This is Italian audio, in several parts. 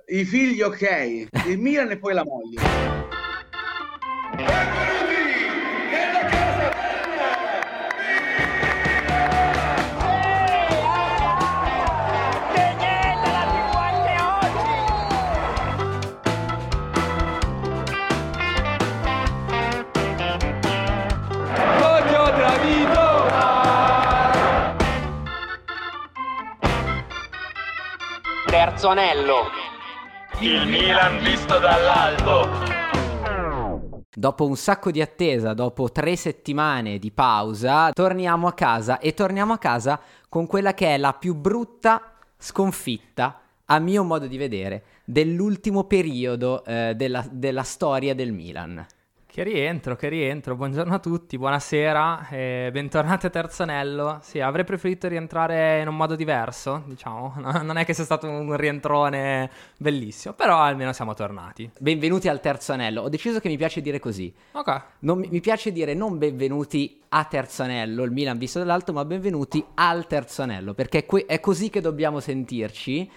I figli ok, il Milan e poi la moglie. Terzo anello. Il Milan visto dall'alto. Dopo un sacco di attesa, dopo 3 settimane di pausa, torniamo a casa con quella che è la più brutta sconfitta, a mio modo di vedere, dell'ultimo periodo della storia del Milan. Che rientro, buongiorno a tutti, buonasera, bentornati a Terzo Anello. Sì, avrei preferito rientrare in un modo diverso, diciamo, non è che sia stato un rientrone bellissimo, però almeno siamo tornati. Benvenuti al Terzo Anello, ho deciso che mi piace dire così. Ok. Mi piace dire non benvenuti a Terzo Anello, il Milan visto dall'alto, ma benvenuti al Terzo Anello, perché è così che dobbiamo sentirci,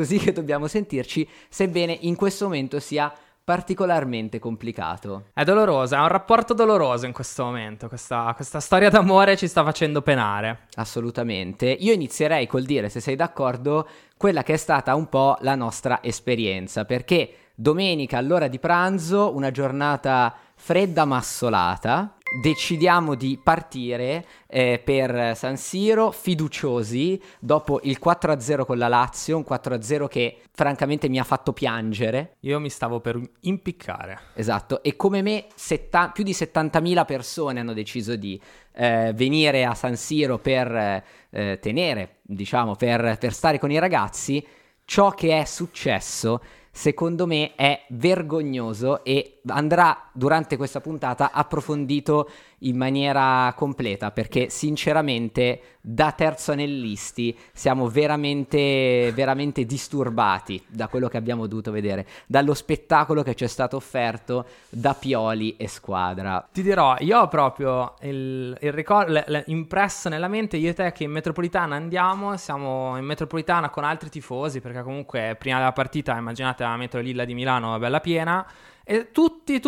sebbene in questo momento sia particolarmente complicato. È doloroso, è un rapporto doloroso in questo momento, questa storia d'amore ci sta facendo penare. Assolutamente. Io inizierei col dire, se sei d'accordo, quella che è stata un po' la nostra esperienza, perché domenica all'ora di pranzo, una giornata fredda ma assolata, decidiamo di partire per San Siro fiduciosi dopo il 4-0 con la Lazio, un 4-0 che francamente mi ha fatto piangere. Io mi stavo per impiccare. Esatto, e come me più di 70.000 persone hanno deciso di venire a San Siro per tenere, diciamo, per stare con i ragazzi. Ciò che è successo secondo me è vergognoso e andrà durante questa puntata approfondito in maniera completa, perché sinceramente da terzonellisti siamo veramente veramente disturbati da quello che abbiamo dovuto vedere, dallo spettacolo che ci è stato offerto da Pioli e squadra. Ti dirò, io ho proprio il ricordo impresso nella mente, io e te che in metropolitana siamo in metropolitana con altri tifosi, perché comunque prima della partita immaginate la metro Lilla di Milano bella piena, e tutti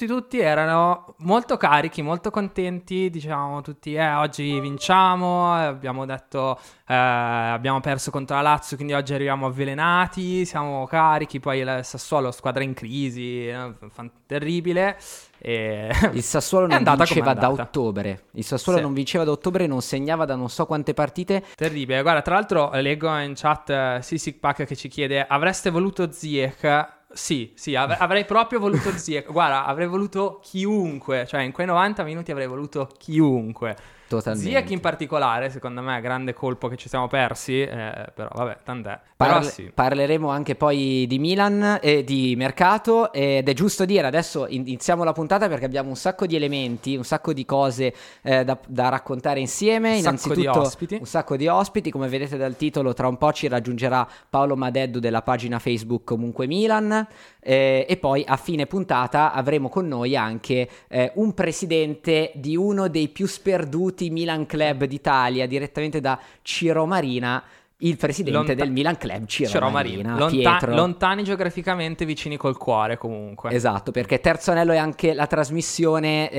erano molto carichi, molto contenti, diciamo tutti oggi vinciamo, abbiamo detto abbiamo perso contro la Lazio, quindi oggi arriviamo avvelenati, siamo carichi, poi il Sassuolo squadra in crisi, terribile. E il Sassuolo non vinceva da ottobre. Il Sassuolo non vinceva da ottobre, non segnava da non so quante partite. Terribile. Guarda, tra l'altro leggo in chat Sisic Pack che ci chiede: avreste voluto Ziyech? Sì, avrei proprio voluto Ziyech. Guarda, avrei voluto chiunque, cioè in quei 90 minuti avrei voluto chiunque. Totalmente. Ziyech in particolare, secondo me, grande colpo che ci siamo persi, però vabbè, tant'è. Però sì. Parleremo anche poi di Milan e di mercato, ed è giusto dire, adesso iniziamo la puntata perché abbiamo un sacco di elementi, un sacco di cose da raccontare insieme. Innanzitutto un sacco di ospiti, come vedete dal titolo, tra un po' ci raggiungerà Paolo Madeddu della pagina Facebook Comunque Milan, e poi a fine puntata avremo con noi anche un presidente di uno dei più sperduti Milan Club d'Italia, direttamente da Ciro Marina, il presidente del Milan Club Ciro Marina, Pietro. Lontani geograficamente, vicini col cuore comunque. Esatto, perché Terzo Anello è anche la trasmissione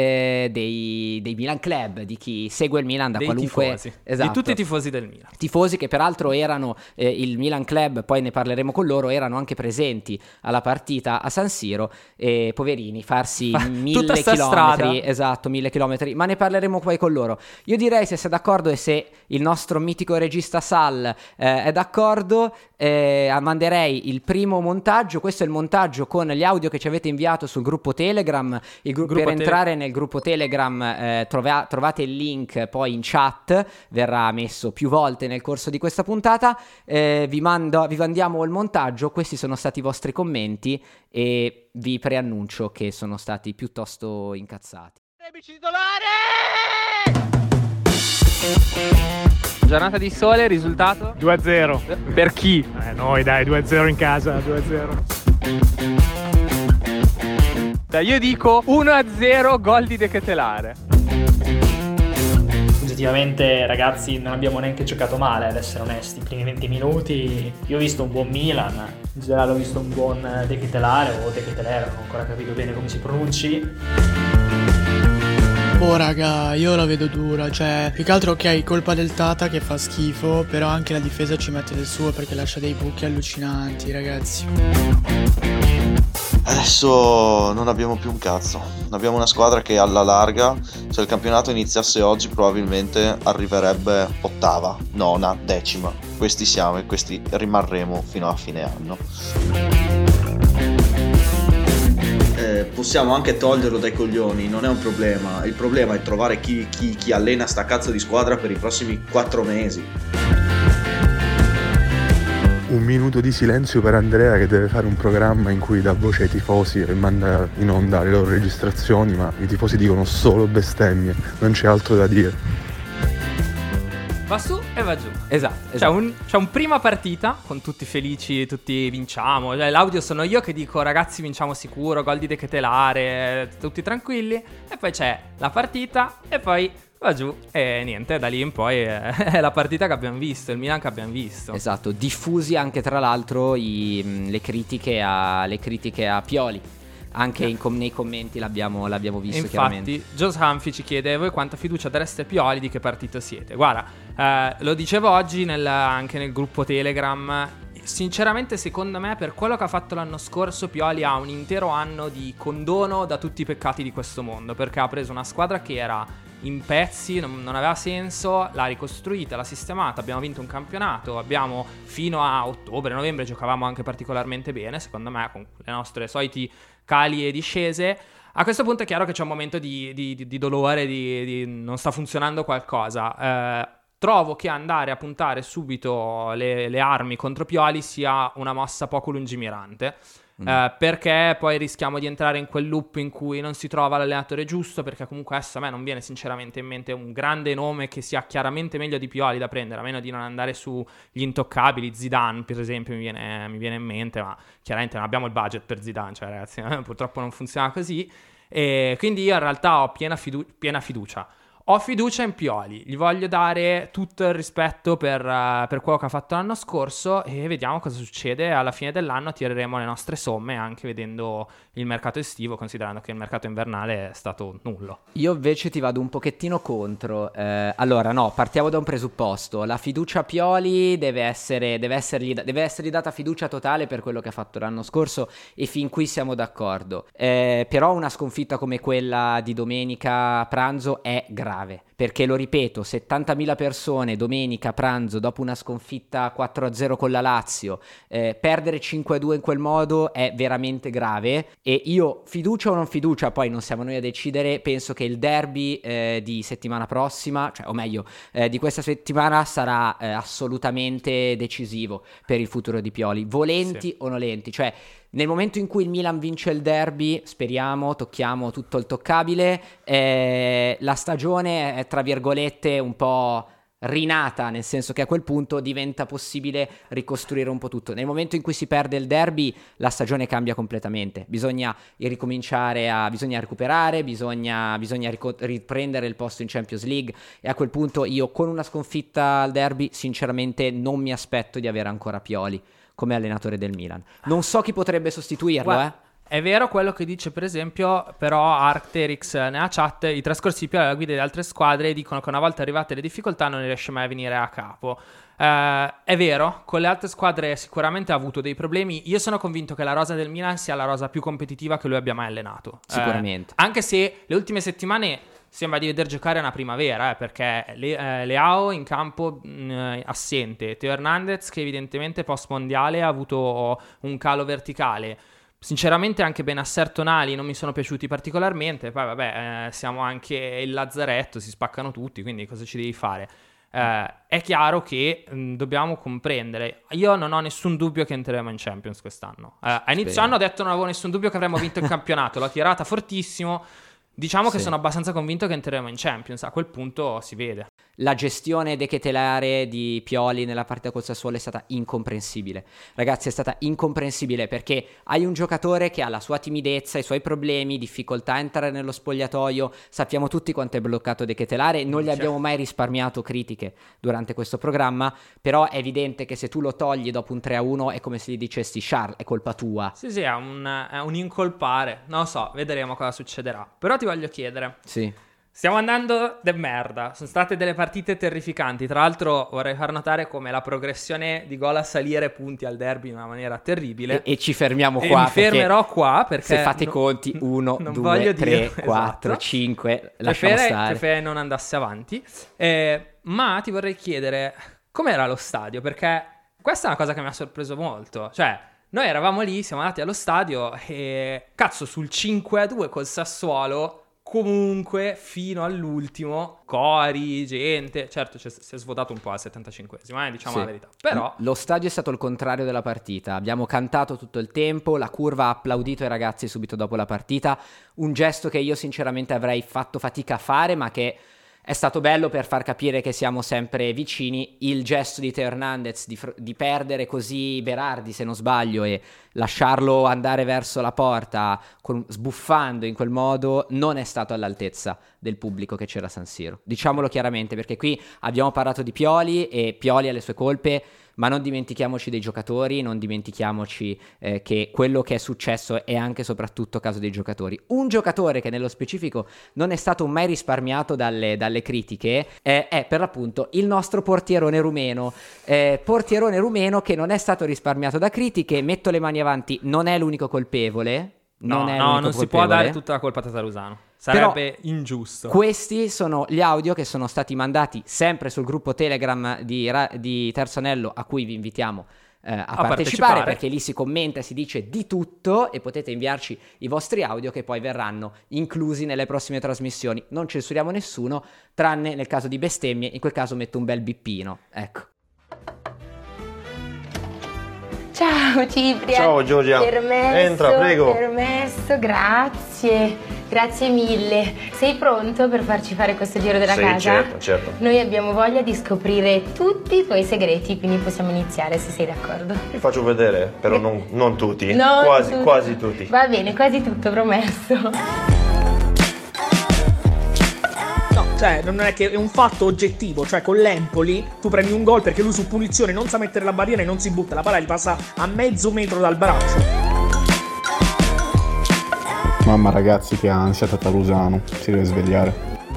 dei Milan Club, di chi segue il Milan da qualunque tifosi. Esatto. Di tutti i tifosi del Milan. Tifosi che peraltro erano il Milan Club, poi ne parleremo con loro, erano anche presenti alla partita a San Siro, e poverini, farsi 1000 chilometri, esatto, 1000 chilometri, ma ne parleremo poi con loro. Io direi, se sei d'accordo e se il nostro mitico regista Sal è d'accordo, manderei il primo montaggio. Questo è il montaggio con gli audio che ci avete inviato sul gruppo Telegram. Per entrare nel gruppo Telegram trovate il link poi in chat, verrà messo più volte nel corso di questa puntata. Vi mandiamo il montaggio, questi sono stati i vostri commenti e vi preannuncio che sono stati piuttosto incazzati. Amici titolari! Giornata di sole, risultato? 2-0. Per chi? Noi dai, 2-0 in casa, 2-0. Io dico 1-0, gol di De Ketelare. oggettivamente, ragazzi, non abbiamo neanche giocato male, ad essere onesti. I primi 20 minuti io ho visto un buon Milan, in generale ho visto un buon De Ketelare o De Ketelere, non ho ancora capito bene come si pronunci. Oh raga, io la vedo dura, cioè più che altro ok, colpa del Tata che fa schifo, però anche la difesa ci mette del suo perché lascia dei buchi allucinanti, ragazzi. Adesso non abbiamo più un cazzo, abbiamo una squadra che alla larga, se il campionato iniziasse oggi probabilmente arriverebbe ottava, nona, decima. Questi siamo e questi rimarremo fino a fine anno. Possiamo anche toglierlo dai coglioni, non è un problema. Il problema è trovare chi allena sta cazzo di squadra per i prossimi 4 mesi. Un minuto di silenzio per Andrea che deve fare un programma in cui dà voce ai tifosi e manda in onda le loro registrazioni, ma i tifosi dicono solo bestemmie, non c'è altro da dire. Va su e va giù. Esatto. C'è un prima partita con tutti felici, tutti vinciamo. Cioè, l'audio sono io che dico ragazzi vinciamo sicuro, gol di De Ketelare, tutti tranquilli. E poi c'è la partita e poi va giù e niente, da lì in poi è la partita che abbiamo visto, il Milan che abbiamo visto. Esatto, diffusi anche tra l'altro le critiche a Pioli. Anche nei commenti l'abbiamo visto. Infatti, chiaramente. Joe Hanfi ci chiede: voi quanta fiducia dareste a Pioli, di che partito siete? Guarda, lo dicevo oggi anche nel gruppo Telegram. Sinceramente, secondo me, per quello che ha fatto l'anno scorso, Pioli ha un intero anno di condono da tutti i peccati di questo mondo, perché ha preso una squadra che era in pezzi, non aveva senso, l'ha ricostruita, l'ha sistemata, abbiamo vinto un campionato, abbiamo fino a ottobre-novembre giocavamo anche particolarmente bene, secondo me, con le nostre soliti cali e discese. A questo punto è chiaro che c'è un momento di dolore, di non sta funzionando qualcosa. Trovo che andare a puntare subito le armi contro Pioli sia una mossa poco lungimirante. Perché poi rischiamo di entrare in quel loop in cui non si trova l'allenatore giusto, perché comunque adesso a me non viene sinceramente in mente un grande nome che sia chiaramente meglio di Pioli da prendere, a meno di non andare sugli intoccabili. Zidane per esempio mi viene in mente, ma chiaramente non abbiamo il budget per Zidane, cioè ragazzi purtroppo non funziona così, e quindi io in realtà ho piena fiducia. Ho fiducia in Pioli, gli voglio dare tutto il rispetto per quello che ha fatto l'anno scorso e vediamo cosa succede. Alla fine dell'anno tireremo le nostre somme anche vedendo il mercato estivo, considerando che il mercato invernale è stato nullo. Io invece ti vado un pochettino contro. Allora no, partiamo da un presupposto: la fiducia a Pioli deve essergli data fiducia totale per quello che ha fatto l'anno scorso, e fin qui siamo d'accordo. Però una sconfitta come quella di domenica a pranzo è grave, perché lo ripeto, 70.000 persone domenica a pranzo dopo una sconfitta 4-0 con la Lazio, perdere 5-2 in quel modo è veramente grave. E io, fiducia o non fiducia, poi non siamo noi a decidere, penso che il derby di settimana prossima, cioè o meglio di questa settimana, sarà assolutamente decisivo per il futuro di Pioli, volenti o nolenti. Cioè nel momento in cui il Milan vince il derby, speriamo, tocchiamo tutto il toccabile, la stagione è tra virgolette un po' rinata, nel senso che a quel punto diventa possibile ricostruire un po' tutto. Nel momento in cui si perde il derby, la stagione cambia completamente, bisogna ricominciare bisogna recuperare, bisogna riprendere il posto in Champions League, e a quel punto io con una sconfitta al derby sinceramente non mi aspetto di avere ancora Pioli come allenatore del Milan. Non so chi potrebbe sostituirlo, È vero quello che dice per esempio, però Arcterix nella chat: i trascorsi di Pioli alla guida di altre squadre dicono che una volta arrivate le difficoltà non riesce mai a venire a capo. È vero, con le altre squadre sicuramente ha avuto dei problemi. Io sono convinto che la rosa del Milan sia la rosa più competitiva che lui abbia mai allenato. Sicuramente. Anche se le ultime settimane sembra di veder giocare una primavera, perché Leao in campo assente, Teo Hernandez che evidentemente post mondiale ha avuto un calo verticale. Sinceramente anche Benasser, Tonali non mi sono piaciuti particolarmente. Poi vabbè, siamo anche il lazzaretto, si spaccano tutti, quindi cosa ci devi fare? È chiaro che dobbiamo comprendere. Io non ho nessun dubbio che entreremo in Champions quest'anno. A inizio anno ho detto non avevo nessun dubbio che avremmo vinto il campionato, l'ho tirata fortissimo. Diciamo che sono abbastanza convinto che entreremo in Champions. A quel punto si vede. la gestione De Ketelare di Pioli nella partita col Sassuolo è stata incomprensibile. Ragazzi, è stata incomprensibile perché hai un giocatore che ha la sua timidezza, i suoi problemi, difficoltà a entrare nello spogliatoio. Sappiamo tutti quanto è bloccato De Ketelare, non gli abbiamo mai risparmiato critiche durante questo programma, però è evidente che se tu lo togli dopo un 3-1 è come se gli dicessi Charles, è colpa tua. Sì, è un incolpare, non lo so, vedremo cosa succederà. Però ti voglio chiedere. Sì. Stiamo andando de merda, sono state delle partite terrificanti. Tra l'altro vorrei far notare come la progressione di gol a salire punti al derby in una maniera terribile. E ci fermiamo qua. Mi fermerò qua perché se fate i conti 1, 2, 3, 4, 5, lasciamo stare. Preferirei non andasse avanti. Ma ti vorrei chiedere com'era lo stadio, perché questa è una cosa che mi ha sorpreso molto. Cioè, noi eravamo lì, siamo andati allo stadio e cazzo, sul 5-2 col Sassuolo comunque fino all'ultimo cori, gente, certo si è svuotato un po' al 75esimo, diciamo la verità, però lo stadio è stato il contrario della partita, abbiamo cantato tutto il tempo, la curva ha applaudito ai ragazzi subito dopo la partita, un gesto che io sinceramente avrei fatto fatica a fare, ma che è stato bello per far capire che siamo sempre vicini. Il gesto di Teo Hernandez di perdere così Berardi, se non sbaglio, e lasciarlo andare verso la porta sbuffando in quel modo non è stato all'altezza del pubblico che c'era a San Siro. Diciamolo chiaramente, perché qui abbiamo parlato di Pioli e Pioli ha le sue colpe, ma non dimentichiamoci dei giocatori, non dimentichiamoci che quello che è successo è anche e soprattutto caso dei giocatori. Un giocatore che nello specifico non è stato mai risparmiato dalle critiche è per l'appunto il nostro portierone rumeno che non è stato risparmiato da critiche. Metto le mani avanti, non è l'unico colpevole. Non si può dare tutta la colpa a Tatarusano. Sarebbe ingiusto. Questi sono gli audio che sono stati mandati sempre sul gruppo Telegram di Terzo Anello, a cui vi invitiamo a partecipare, perché lì si commenta e si dice di tutto e potete inviarci i vostri audio che poi verranno inclusi nelle prossime trasmissioni. Non censuriamo nessuno, tranne nel caso di bestemmie, in quel caso metto un bel bippino. Ecco. Ciao Ciprian. Ciao Giorgia. Entra, prego. Permesso, grazie. Grazie mille. Sei pronto per farci fare questo giro della casa? Certo. Noi abbiamo voglia di scoprire tutti i tuoi segreti, quindi possiamo iniziare se sei d'accordo. Vi faccio vedere, però non tutti. Quasi tutti. Va bene, quasi tutto, promesso. Cioè, non è che è un fatto oggettivo. Cioè, con l'Empoli tu prendi un gol perché lui su punizione non sa mettere la barriera e non si butta. La palla gli passa a mezzo metro dal braccio. Mamma ragazzi, che ansia Tatarusano. Si deve svegliare.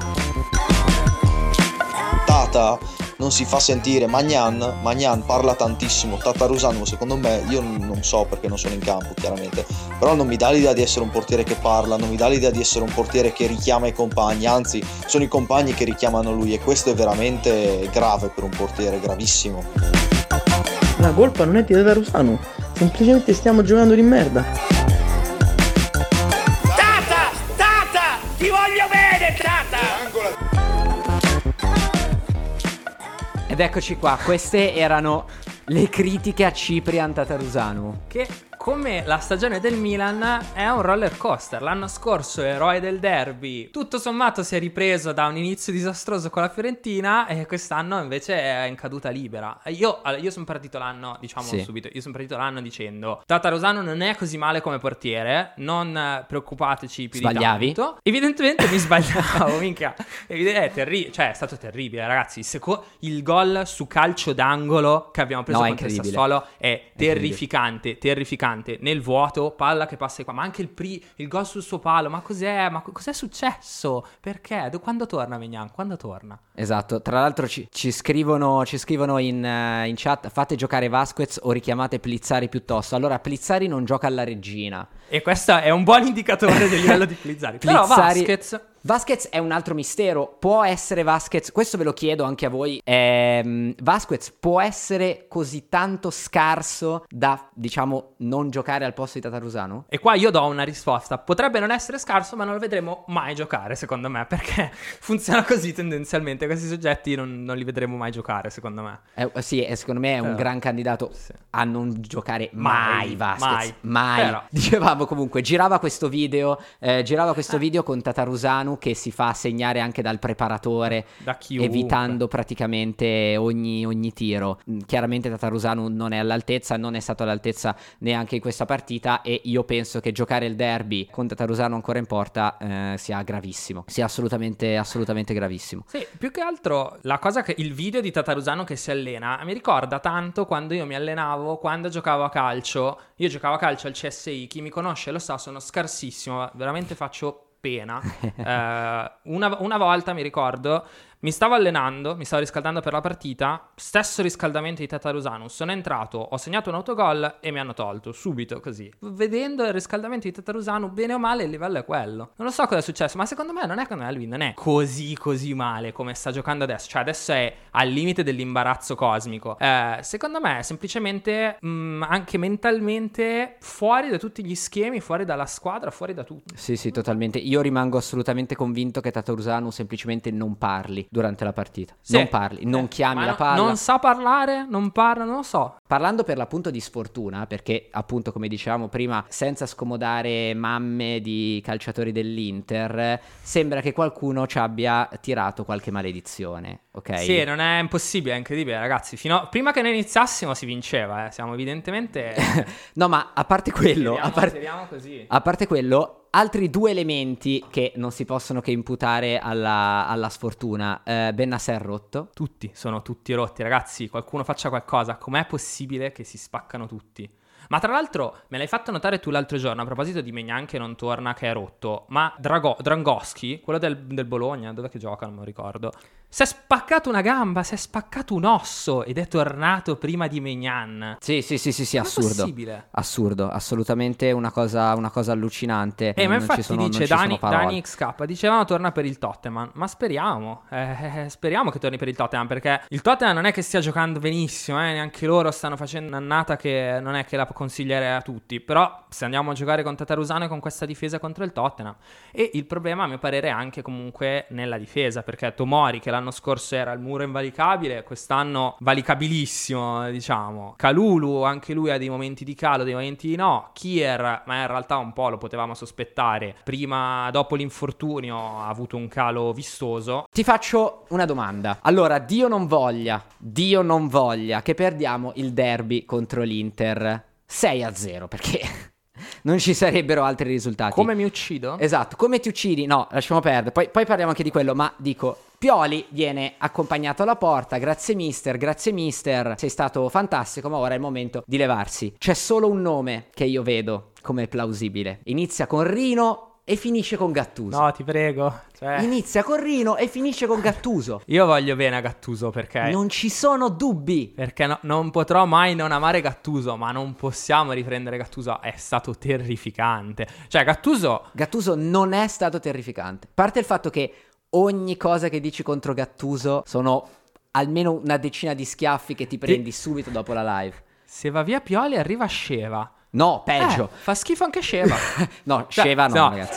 Tata non si fa sentire. Magnan parla tantissimo. Tatarusano, secondo me, io non so perché non sono in campo chiaramente, però non mi dà l'idea di essere un portiere che parla, non mi dà l'idea di essere un portiere che richiama i compagni, anzi sono i compagni che richiamano lui, e questo è veramente grave per un portiere, gravissimo. La colpa non è di Tatarusano, semplicemente stiamo giocando di merda. Tata, ti voglio bene, Tata! Ed eccoci qua, queste erano le critiche a Ciprian Tatarusanu. Che, come la stagione del Milan, è un roller coaster. L'anno scorso eroe del derby, tutto sommato si è ripreso da un inizio disastroso con la Fiorentina, e quest'anno invece è in caduta libera. Io sono partito l'anno, subito, io sono partito l'anno dicendo Tatarusanu non è così male come portiere, non preoccupateci più Sbagliavi? di tanto. Evidentemente mi sbagliavo, minchia. È stato terribile, ragazzi. Il gol su calcio d'angolo che abbiamo preso contro il Sassuolo è terrificante. Nel vuoto, palla che passa di qua, ma anche il gol sul suo palo. Ma cos'è? Ma cos'è successo? Perché? Quando torna Maignan? Quando torna? Esatto, tra l'altro ci scrivono in chat: fate giocare Vasquez o richiamate Plizzari piuttosto. Allora Plizzari non gioca alla regina, e questo è un buon indicatore del livello di Plizzari. Però Vasquez è un altro mistero. Può essere Vasquez, questo ve lo chiedo anche a voi, Vasquez può essere così tanto scarso da, non giocare al posto di Tatarusanu? E qua io do una risposta: potrebbe non essere scarso, ma non lo vedremo mai giocare, secondo me, perché funziona così tendenzialmente. Questi soggetti non li vedremo mai giocare, secondo me. Secondo me è un gran candidato a non giocare mai Vasquez, mai. Dicevamo, comunque, girava questo video con Tatarusanu Tatarusanu che si fa segnare anche dal preparatore, da chiunque, evitando praticamente ogni tiro. Chiaramente Tatarusanu non è all'altezza, non è stato all'altezza neanche in questa partita, e io penso che giocare il derby con Tatarusanu ancora in porta sia gravissimo, sia assolutamente gravissimo. Sì, più che altro la cosa che il video di Tatarusanu che si allena mi ricorda tanto quando io mi allenavo, quando giocavo a calcio. Io giocavo a calcio al CSI, chi mi conosce lo sa, sono scarsissimo, veramente faccio pena. Una volta mi ricordo, mi stavo allenando, mi stavo riscaldando per la partita, stesso riscaldamento di Tatarusanu, sono entrato, ho segnato un autogol e mi hanno tolto subito, così. Vedendo il riscaldamento di Tatarusanu, bene o male il livello è quello. Non lo so cosa è successo, ma secondo me non è così male come sta giocando adesso, cioè adesso è al limite dell'imbarazzo cosmico. Secondo me è semplicemente anche mentalmente fuori da tutti gli schemi, fuori dalla squadra, fuori da tutto. Sì, totalmente. Io rimango assolutamente convinto che Tatarusanu semplicemente non parli durante la partita. Sì. Non parli, non chiami la palla. Non sa parlare, non parla, non lo so. Parlando per l'appunto di sfortuna, perché appunto come dicevamo prima, senza scomodare mamme di calciatori dell'Inter, sembra che qualcuno ci abbia tirato qualche maledizione, ok? Sì, non è impossibile, è incredibile, ragazzi. Prima che noi iniziassimo si vinceva, siamo evidentemente... No, ma a parte quello... Tiriamo così. A parte quello... Altri due elementi che non si possono che imputare alla sfortuna. Bennacer rotto. Sono tutti rotti, ragazzi. Qualcuno faccia qualcosa. Com'è possibile che si spaccano tutti? Ma tra l'altro me l'hai fatto notare tu l'altro giorno, a proposito di Maignan che non torna, che è rotto. Ma Dragoschi, quello del Bologna, dov'è che gioca? Non me lo ricordo. Si è spaccato una gamba, si è spaccato un osso ed è tornato prima di Maignan. Sì, assurdo. È possibile? Assurdo, assolutamente una cosa allucinante. Ma infatti dice Dani XK, dicevano torna per il Tottenham, ma speriamo che torni per il Tottenham, perché il Tottenham non è che stia giocando benissimo, neanche loro stanno facendo un'annata che non è che la consigliare a tutti, però se andiamo a giocare con Tatarusanu e con questa difesa contro il Tottenham, e il problema a mio parere è anche comunque nella difesa, perché Tomori che l'anno scorso era il muro invalicabile, quest'anno valicabilissimo, diciamo. Kalulu anche lui ha dei momenti di calo, dei momenti di no. Kier, ma in realtà un po' lo potevamo sospettare, prima, dopo l'infortunio ha avuto un calo vistoso. Ti faccio una domanda. Allora, Dio non voglia che perdiamo il derby contro l'Inter 6-0, perché non ci sarebbero altri risultati. Come mi uccido? Esatto, come ti uccidi? No, lasciamo perdere, poi parliamo anche di quello, ma dico, Pioli viene accompagnato alla porta, grazie mister, sei stato fantastico, ma ora è il momento di levarsi. C'è solo un nome che io vedo come plausibile, inizia con Rino e finisce con Gattuso. No, ti prego. Inizia con Rino e finisce con Gattuso. Io voglio bene a Gattuso perché... Non ci sono dubbi. Perché non potrò mai non amare Gattuso, ma non possiamo riprendere Gattuso. È stato terrificante. Cioè, Gattuso non è stato terrificante. A parte il fatto che ogni cosa che dici contro Gattuso sono almeno una decina di schiaffi che ti prendi subito dopo la live. Se va via Pioli arriva Sheva. No, peggio. Fa schifo anche Sheva. No, Sheva no, ragazzi.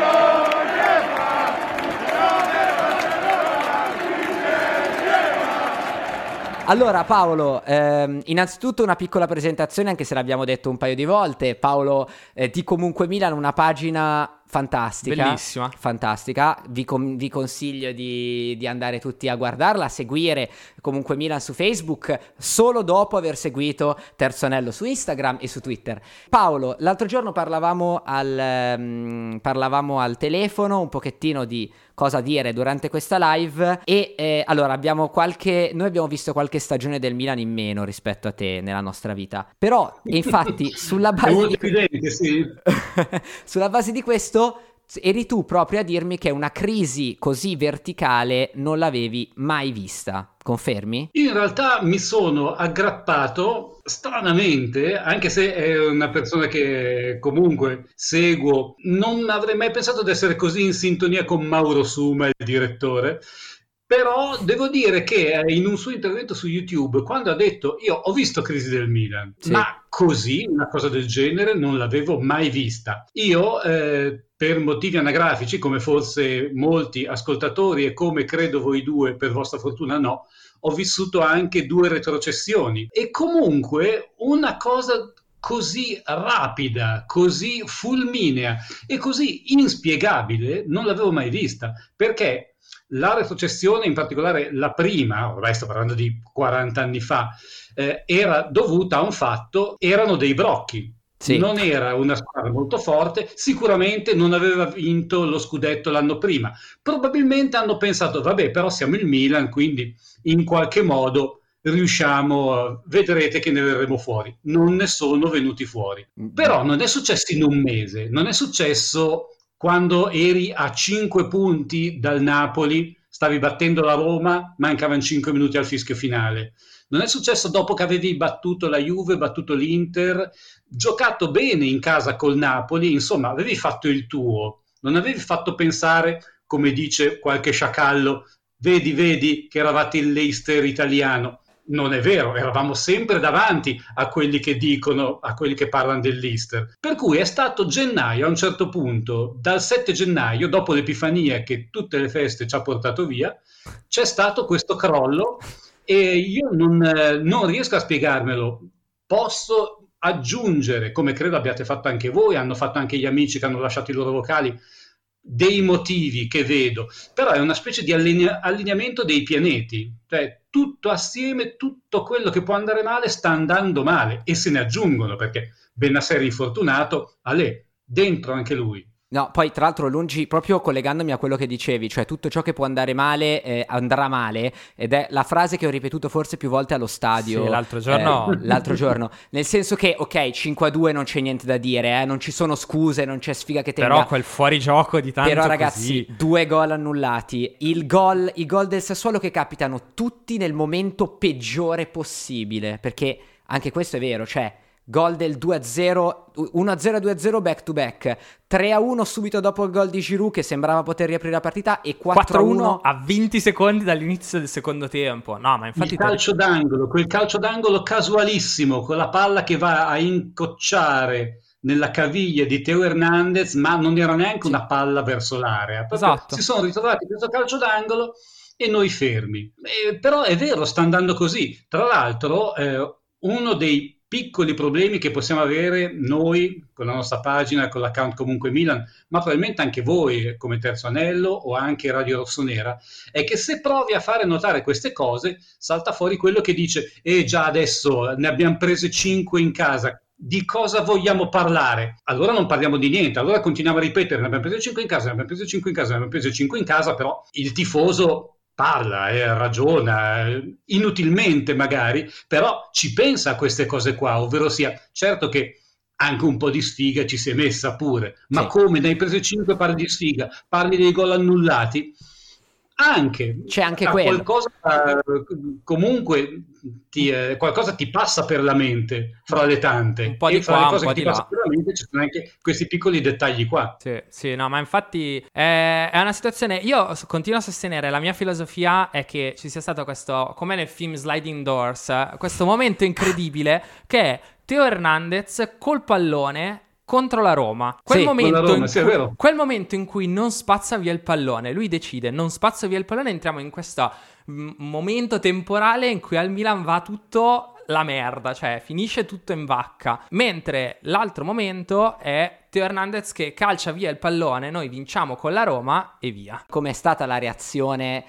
Allora Paolo, innanzitutto una piccola presentazione, anche se l'abbiamo detto un paio di volte. Paolo di Comunque Milan, una pagina fantastica, bellissima, fantastica. Vi consiglio di andare tutti a guardarla, a seguire Comunque Milan su Facebook, solo dopo aver seguito Terzo Anello su Instagram e su Twitter. Paolo, l'altro giorno parlavamo al telefono un pochettino di cosa dire durante questa live e allora noi abbiamo visto qualche stagione del Milan in meno rispetto a te nella nostra vita, però infatti sulla base di questo eri tu proprio a dirmi che una crisi così verticale non l'avevi mai vista. Confermi? In realtà mi sono aggrappato stranamente, anche se è una persona che comunque seguo, non avrei mai pensato di essere così in sintonia con Mauro Suma, il direttore. Però devo dire che in un suo intervento su YouTube, quando ha detto io ho visto Crisi del Milan, sì, ma così, una cosa del genere, non l'avevo mai vista. Io, per motivi anagrafici, come forse molti ascoltatori e come credo voi due, per vostra fortuna no, ho vissuto anche 2 retrocessioni. E comunque una cosa così rapida, così fulminea e così inspiegabile non l'avevo mai vista, perché la retrocessione, in particolare la prima, ormai sto parlando di 40 anni fa, era dovuta a un fatto: erano dei brocchi. Sì. Non era una squadra molto forte, sicuramente non aveva vinto lo scudetto l'anno prima. Probabilmente hanno pensato, vabbè, però siamo il Milan, quindi in qualche modo riusciamo, vedrete che ne verremo fuori. Non ne sono venuti fuori. Però non è successo in un mese, non è successo quando eri a 5 punti dal Napoli, stavi battendo la Roma, mancavano 5 minuti al fischio finale. Non è successo dopo che avevi battuto la Juve, battuto l'Inter, giocato bene in casa col Napoli, insomma avevi fatto il tuo, non avevi fatto pensare, come dice qualche sciacallo, vedi che eravate il Leicester italiano. Non è vero, eravamo sempre davanti a quelli che dicono, a quelli che parlano del Leicester. Per cui è stato gennaio, a un certo punto, dal 7 gennaio, dopo l'Epifania che tutte le feste ci ha portato via, c'è stato questo crollo e io non riesco a spiegarmelo. Posso aggiungere, come credo abbiate fatto anche voi, hanno fatto anche gli amici che hanno lasciato i loro vocali, dei motivi che vedo, però è una specie di allineamento dei pianeti, cioè tutto assieme, tutto quello che può andare male sta andando male e se ne aggiungono, perché Bennacer infortunato, dentro anche lui. No, poi tra l'altro lungi, proprio collegandomi a quello che dicevi, cioè tutto ciò che può andare male andrà male, ed è la frase che ho ripetuto forse più volte allo stadio. Sì, l'altro giorno. Nel senso che, ok, 5-2 non c'è niente da dire, non ci sono scuse, non c'è sfiga che tenga. Però quel fuorigioco di tanto. Però ragazzi, così. 2 gol annullati, i gol del Sassuolo che capitano tutti nel momento peggiore possibile, perché anche questo è vero, cioè gol del 2-0, 1-0, 2-0 back to back, 3-1 subito dopo il gol di Giroud che sembrava poter riaprire la partita e 4-1 a 20 secondi dall'inizio del secondo tempo. No, ma infatti quel calcio d'angolo casualissimo con la palla che va a incocciare nella caviglia di Teo Hernandez, ma non era neanche una palla verso l'area. Esatto. Si sono ritrovati questo calcio d'angolo e noi fermi. Però è vero, sta andando così. Tra l'altro uno dei piccoli problemi che possiamo avere noi con la nostra pagina, con l'account Comunque Milan, ma probabilmente anche voi come Terzo Anello o anche Radio Rossonera, è che se provi a fare notare queste cose salta fuori quello che dice già adesso ne abbiamo prese 5 in casa, di cosa vogliamo parlare? Allora non parliamo di niente, allora continuiamo a ripetere ne abbiamo prese 5 in casa, ne abbiamo prese 5 in casa, ne abbiamo prese 5 in casa, però il tifoso parla, ragiona, inutilmente magari, però ci pensa a queste cose qua, ovvero sia, certo che anche un po' di sfiga ci si è messa pure, ma sì. Come ne hai prese 5 parli di sfiga, parli dei gol annullati, anche c'è anche quello. Qualcosa comunque qualcosa ti passa per la mente fra le tante, un po' di fra qua, le cose un po' che di ti passano per la mente ci sono anche questi piccoli dettagli qua. Sì, no, ma infatti è una situazione, io continuo a sostenere, la mia filosofia è che ci sia stato questo, come nel film Sliding Doors, questo momento incredibile che è Teo Hernandez col pallone contro la Roma. Quel momento in cui non spazza via il pallone, lui decide non spazza via il pallone, entriamo in questo momento temporale in cui al Milan va tutto la merda, cioè finisce tutto in vacca, mentre l'altro momento è Teo Hernandez che calcia via il pallone, noi vinciamo con la Roma e via. Com'è stata la reazione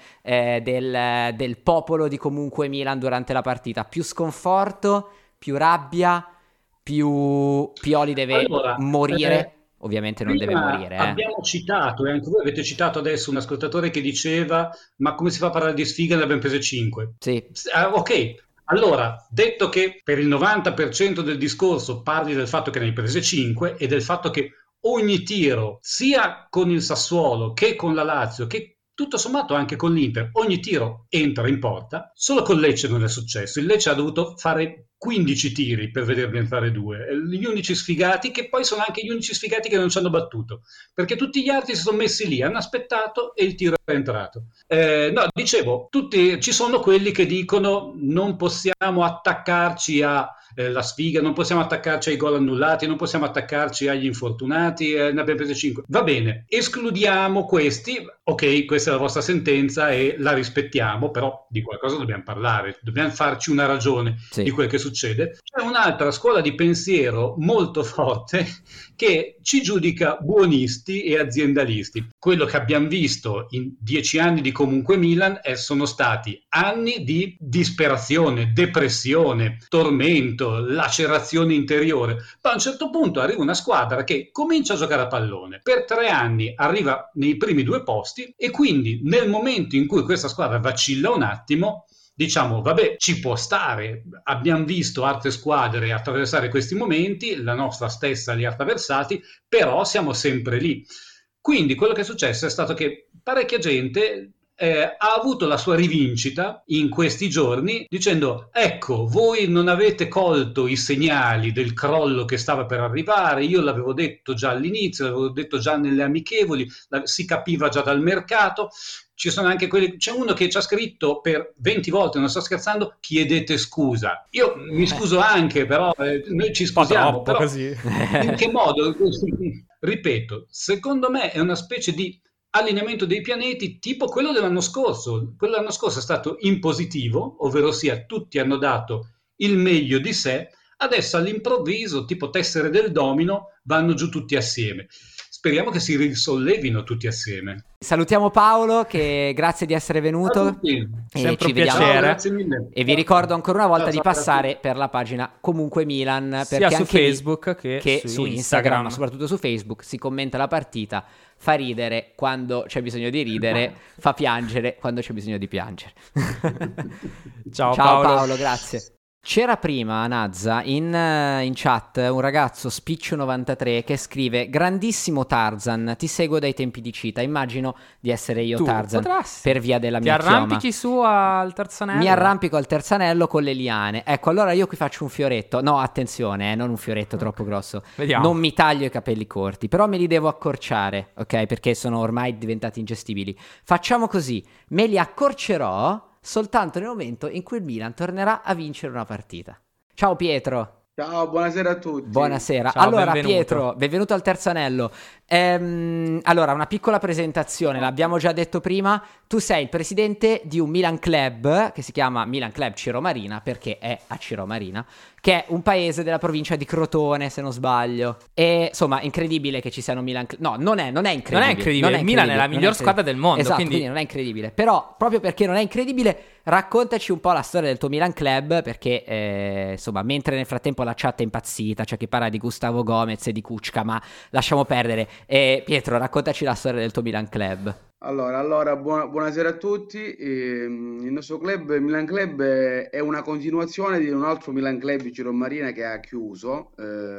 del popolo di Comunque Milan durante la partita? Più sconforto, più rabbia, più Pioli deve morire? Ovviamente non deve morire. Abbiamo citato, e anche voi avete citato adesso un ascoltatore che diceva ma come si fa a parlare di sfiga, ne abbiamo prese 5. Sì. Ok, allora, detto che per il 90% del discorso parli del fatto che ne hai prese 5 e del fatto che ogni tiro, sia con il Sassuolo che con la Lazio, che tutto sommato anche con l'Inter, ogni tiro entra in porta, solo con Lecce non è successo. Il Lecce ha dovuto fare 15 tiri per vederne entrare 2. Gli unici sfigati, che poi sono anche gli unici sfigati che non ci hanno battuto, perché tutti gli altri si sono messi lì, hanno aspettato e il tiro è entrato. No, dicevo, ci sono quelli che dicono non possiamo attaccarci a la sfiga, non possiamo attaccarci ai gol annullati, non possiamo attaccarci agli infortunati, ne abbiamo prese 5. Va bene, escludiamo questi, ok, questa è la vostra sentenza e la rispettiamo, però di qualcosa dobbiamo parlare, dobbiamo farci una ragione di quel che succede. C'è un'altra scuola di pensiero molto forte che ci giudica buonisti e aziendalisti. Quello che abbiamo visto in 10 anni di comunque Milan sono stati anni di disperazione, depressione, tormento, lacerazione interiore. Poi a un certo punto arriva una squadra che comincia a giocare a pallone, per 3 anni arriva nei primi 2 posti e quindi nel momento in cui questa squadra vacilla un attimo, diciamo, vabbè, ci può stare, abbiamo visto altre squadre attraversare questi momenti, la nostra stessa li ha attraversati, però siamo sempre lì. Quindi quello che è successo è stato che parecchia gente ha avuto la sua rivincita in questi giorni dicendo: ecco, voi non avete colto i segnali del crollo che stava per arrivare, io l'avevo detto già all'inizio, l'avevo detto già nelle amichevoli, si capiva già dal mercato. Ci sono anche quelli, c'è uno che ci ha scritto per 20 volte, non sto scherzando, chiedete scusa. Io mi scuso anche, però noi ci scusiamo, però così. In che modo? Ripeto, secondo me è una specie di allineamento dei pianeti tipo quello dell'anno scorso. Quello dell'anno scorso è stato in positivo, ovvero sia tutti hanno dato il meglio di sé, adesso all'improvviso, tipo tessere del domino, vanno giù tutti assieme. Speriamo che si risollevino tutti assieme. Salutiamo Paolo, che grazie di essere venuto. Sempre un piacere. Grazie mille. E vi ricordo ancora una volta di passare per la pagina Comunque Milan, sia su anche Facebook che su Instagram, ma soprattutto su Facebook si commenta la partita, fa ridere quando c'è bisogno di ridere, fa piangere quando c'è bisogno di piangere. Ciao Paolo, grazie. C'era prima, Nazza, in chat un ragazzo Spiccio93 che scrive: grandissimo Tarzan, ti seguo dai tempi di Cita, immagino di essere io Tarzan per via della mia chioma. Ti arrampichi su al terzanello? Mi arrampico al terzanello con le liane. Ecco, allora io qui faccio un fioretto. No, attenzione, non un fioretto troppo grosso. Vediamo. Non mi taglio i capelli corti, però me li devo accorciare, ok? Perché sono ormai diventati ingestibili. Facciamo così, me li accorcerò soltanto nel momento in cui il Milan tornerà a vincere una partita. Ciao Pietro. Ciao, buonasera a tutti. Buonasera. Ciao, allora benvenuto. Pietro, benvenuto al Terzanello. Allora, una piccola presentazione, l'abbiamo già detto prima. Tu sei il presidente di un Milan Club che si chiama Milan Club Ciro Marina, perché è a Ciro Marina, che è un paese della provincia di Crotone, se non sbaglio. E insomma, incredibile che ci siano Milan Club. No, non è incredibile. Non è incredibile. Milan è la miglior squadra del mondo. Esatto, quindi non è incredibile. Però, proprio perché non è incredibile, raccontaci un po' la storia del tuo Milan Club, perché insomma, mentre nel frattempo la chat è impazzita, c'è chi parla di Gustavo Gomez e di Kučka, ma lasciamo perdere. Pietro, raccontaci la storia del tuo Milan Club. Allora buonasera a tutti. Il nostro club, il Milan Club, è una continuazione di un altro Milan Club di Ciro Marina che ha chiuso.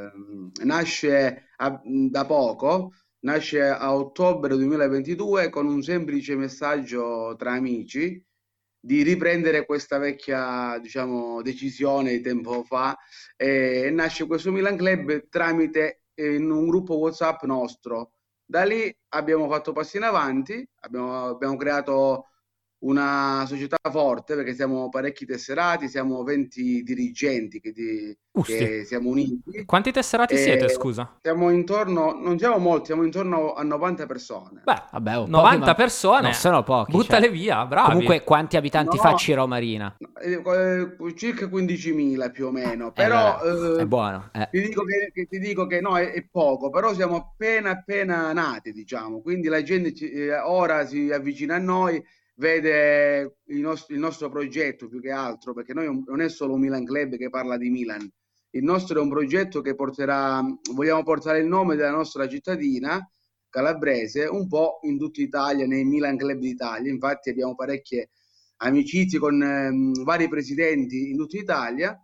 Nasce da poco, nasce a ottobre 2022 con un semplice messaggio tra amici di riprendere questa vecchia, diciamo, decisione di tempo fa. Nasce questo Milan Club tramite un gruppo WhatsApp nostro. Da lì abbiamo fatto passi in avanti, abbiamo creato una società forte perché siamo parecchi tesserati, siamo 20 dirigenti che siamo uniti. Quanti tesserati siete, scusa? Siamo intorno, non siamo molti, siamo intorno a 90 persone. Beh, vabbè, 90 persone? Non sono pochi. Buttale via, bravi. Comunque, quanti abitanti fa Ciro Marina? Circa 15.000 più o meno, però è buono. Ti dico che no, è poco, però siamo appena nati, diciamo, quindi la gente ora si avvicina a noi, vede il nostro progetto più che altro, perché noi non è solo un Milan Club che parla di Milan, il nostro è un progetto che vogliamo portare il nome della nostra cittadina calabrese un po' in tutta Italia, nei Milan Club d'Italia. Infatti abbiamo parecchie amicizie con vari presidenti in tutta Italia.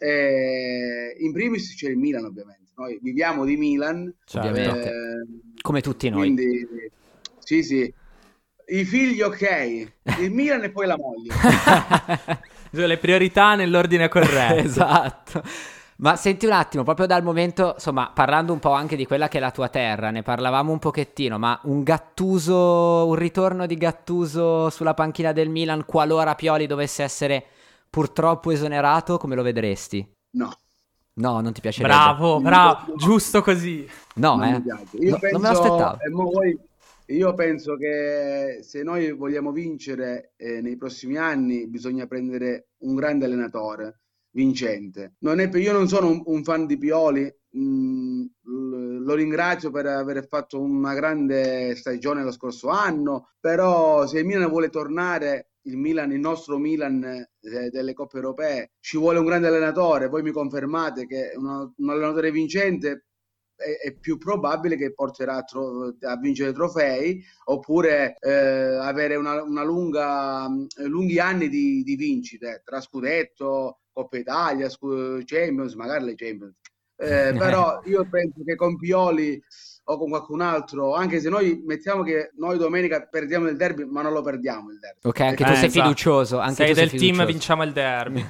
In primis c'è il Milan, ovviamente, noi viviamo di Milan, ovviamente, come tutti noi. Quindi sì. I figli ok, il Milan e poi la moglie. Le priorità nell'ordine corretto. Esatto. Ma senti un attimo, proprio dal momento, insomma, parlando un po' anche di quella che è la tua terra, ne parlavamo un pochettino, ma un ritorno di Gattuso sulla panchina del Milan, qualora Pioli dovesse essere purtroppo esonerato, come lo vedresti? No, No, non ti piacerebbe. Bravo, giusto così. No, non non me l'aspettavo. Io penso che se noi vogliamo vincere nei prossimi anni bisogna prendere un grande allenatore vincente. Io non sono un fan di Pioli, lo ringrazio per aver fatto una grande stagione lo scorso anno, però se il Milan vuole tornare, il nostro Milan delle coppe europee, ci vuole un grande allenatore. Voi mi confermate che un allenatore vincente è più probabile che porterà a vincere trofei, oppure avere lunghi anni di vincite tra scudetto, Coppa Italia, Champions, magari le Champions. Però io penso che con Pioli o con qualcun altro, anche se noi mettiamo che noi domenica perdiamo il derby, ma non lo perdiamo il derby. Ok, anche tu sei fiducioso. Anche sei tu del sei team, fiducioso. vinciamo il derby.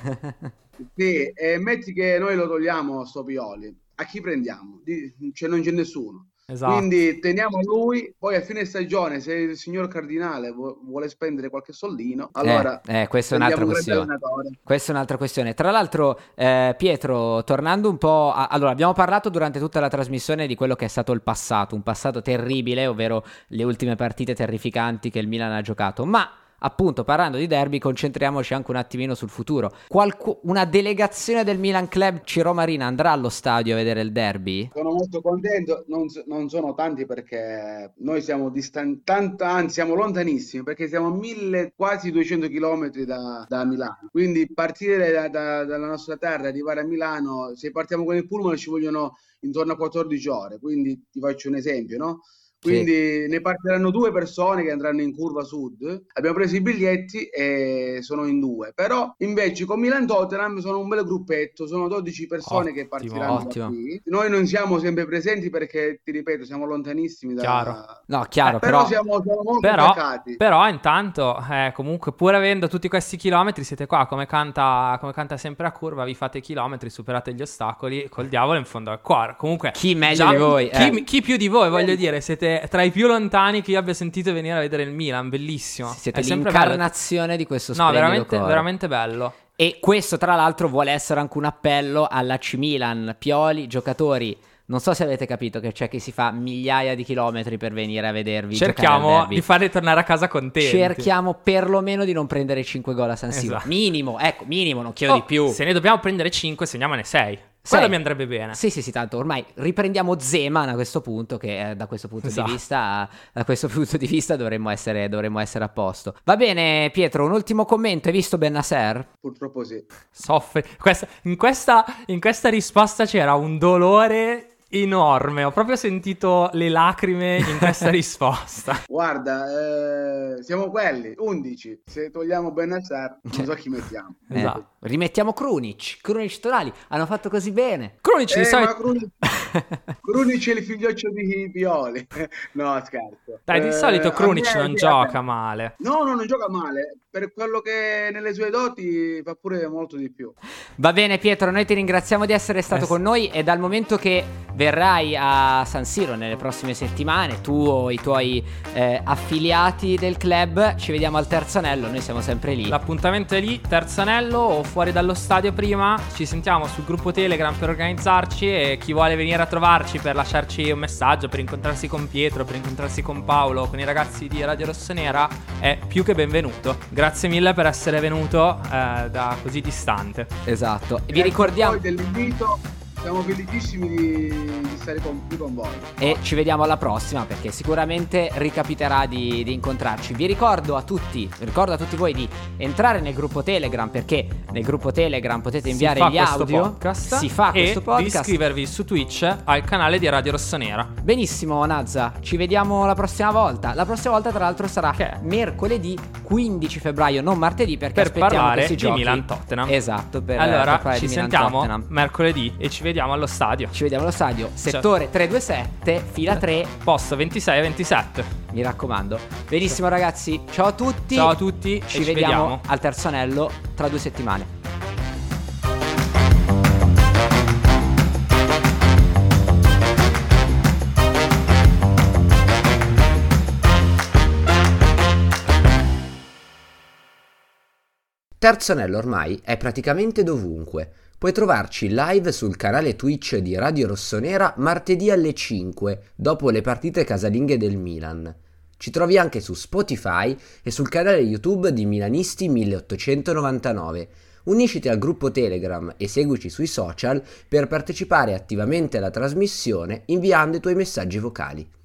Sì, e metti che noi lo togliamo sto Pioli, a chi prendiamo? Non c'è nessuno. Esatto. Quindi teniamo lui, poi a fine stagione se il signor Cardinale vuole spendere qualche soldino, allora questa è un'altra questione. Questa è un'altra questione. Tra l'altro, Pietro, tornando un po' allora, abbiamo parlato durante tutta la trasmissione di quello che è stato il passato, un passato terribile, ovvero le ultime partite terrificanti che il Milan ha giocato, ma appunto, parlando di derby, concentriamoci anche un attimino sul futuro. Una delegazione del Milan Club Ciro Marina andrà allo stadio a vedere il derby? Sono molto contento, non sono tanti perché noi siamo anzi siamo lontanissimi, perché siamo quasi 200 chilometri da Milano. Quindi partire dalla nostra terra, arrivare a Milano, se partiamo con il pullman ci vogliono intorno a 14 ore, quindi ti faccio un esempio, no? Quindi ne partiranno 2 persone che andranno in curva sud. Abbiamo preso i biglietti e sono in 2. Però invece con Milan Tottenham sono un bel gruppetto, sono 12 persone che partiranno da qui. Noi non siamo sempre presenti perché, ti ripeto, siamo lontanissimi da... Chiaro. No, chiaro, però siamo molto attaccati. Però intanto, comunque, pur avendo tutti questi chilometri, siete qua, come canta sempre a curva, vi fate i chilometri, superate gli ostacoli, col diavolo in fondo al cuore. Comunque, chi meglio di voi? Chi più di voi, voglio dire, siete tra i più lontani che io abbia sentito venire a vedere il Milan, bellissimo. Siete l'incarnazione di questo splendido cuore. Veramente bello. E questo tra l'altro vuole essere anche un appello all'AC Milan, Pioli, giocatori. Non so se avete capito che c'è chi si fa migliaia di chilometri per venire a vedervi. Cerchiamo di farli tornare a casa contenti. Cerchiamo perlomeno di non prendere 5 gol a San Siro. Esatto. Minimo, non chiedo di più. Se ne dobbiamo prendere 5, segniamone 6. Quello mi andrebbe bene. Sì, tanto ormai riprendiamo Zeman a questo punto, che da questo punto di vista dovremmo essere a posto. Va bene, Pietro, un ultimo commento. Hai visto Bennacer? Purtroppo sì. Soffre. In questa risposta c'era un dolore enorme, ho proprio sentito le lacrime in questa risposta. Guarda, siamo quelli 11. Se togliamo Bennacer, non so chi mettiamo. Esatto. Rimettiamo Krunic Tonali, hanno fatto così bene. Krunic di solito Krunic è il figlioccio di Pioli. No, scherzo. Dai, di solito Krunic non gioca male. No, non gioca male. Per quello che nelle sue doti fa pure molto di più. Va bene, Pietro, noi ti ringraziamo di essere stato con noi, e dal momento che verrai a San Siro nelle prossime settimane, tu o i tuoi affiliati del club, ci vediamo al Terzo Anello, noi siamo sempre lì. L'appuntamento è lì, Terzo Anello o fuori dallo stadio prima. Ci sentiamo sul gruppo Telegram per organizzarci, e chi vuole venire a trovarci per lasciarci un messaggio, per incontrarsi con Pietro, per incontrarsi con Paolo, con i ragazzi di Radio Rossonera, è più che benvenuto. Grazie mille per essere venuto da così distante. Esatto. Vi ricordiamo poi dell'invito. Siamo felicissimi di stare qui con voi. E ci vediamo alla prossima, perché sicuramente ricapiterà di incontrarci. Vi ricordo a tutti voi di entrare nel gruppo Telegram, perché nel gruppo Telegram potete inviare gli audio. Si fa questo podcast. E di iscrivervi su Twitch al canale di Radio Rossonera. Benissimo, Nazza. Ci vediamo la prossima volta. La prossima volta, tra l'altro, sarà mercoledì 15 febbraio, non martedì, perché per parlare di Milan Tottenham. Esatto. Allora ci sentiamo mercoledì e ci vediamo allo stadio. Settore 327, fila 3, posto 26 e 27. Mi raccomando. Benissimo, ragazzi. Ciao a tutti. Ci vediamo al Terzo Anello tra 2 settimane. Terzo Anello ormai è praticamente dovunque. Puoi trovarci live sul canale Twitch di Radio Rossonera martedì alle 5, dopo le partite casalinghe del Milan. Ci trovi anche su Spotify e sul canale YouTube di Milanisti 1899. Unisciti al gruppo Telegram e seguici sui social per partecipare attivamente alla trasmissione inviando i tuoi messaggi vocali.